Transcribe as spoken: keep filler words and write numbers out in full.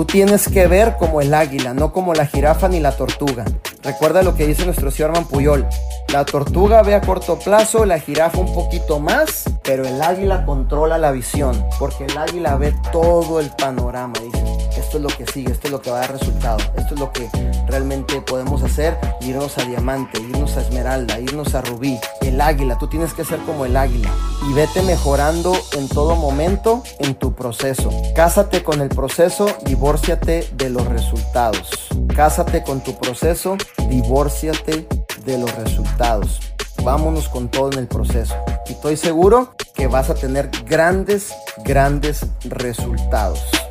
Tú tienes que ver como el águila, no como la jirafa ni la tortuga. Recuerda lo que dice nuestro señor Armand Puyol. La tortuga ve a corto plazo, la jirafa un poquito más, pero el águila controla la visión, porque el águila ve todo el panorama. Dice, esto es lo que sigue, esto es lo que va a dar resultado, esto es lo que realmente podemos hacer, irnos a diamante, irnos a esmeralda, irnos a rubí. El águila, tú tienes que ser como el águila y vete mejorando en todo momento en tu proceso. Cásate con el proceso, divórciate de los resultados. Cásate con tu proceso, divórciate de los resultados. Vámonos con todo en el proceso. Y estoy seguro que vas a tener grandes, grandes resultados.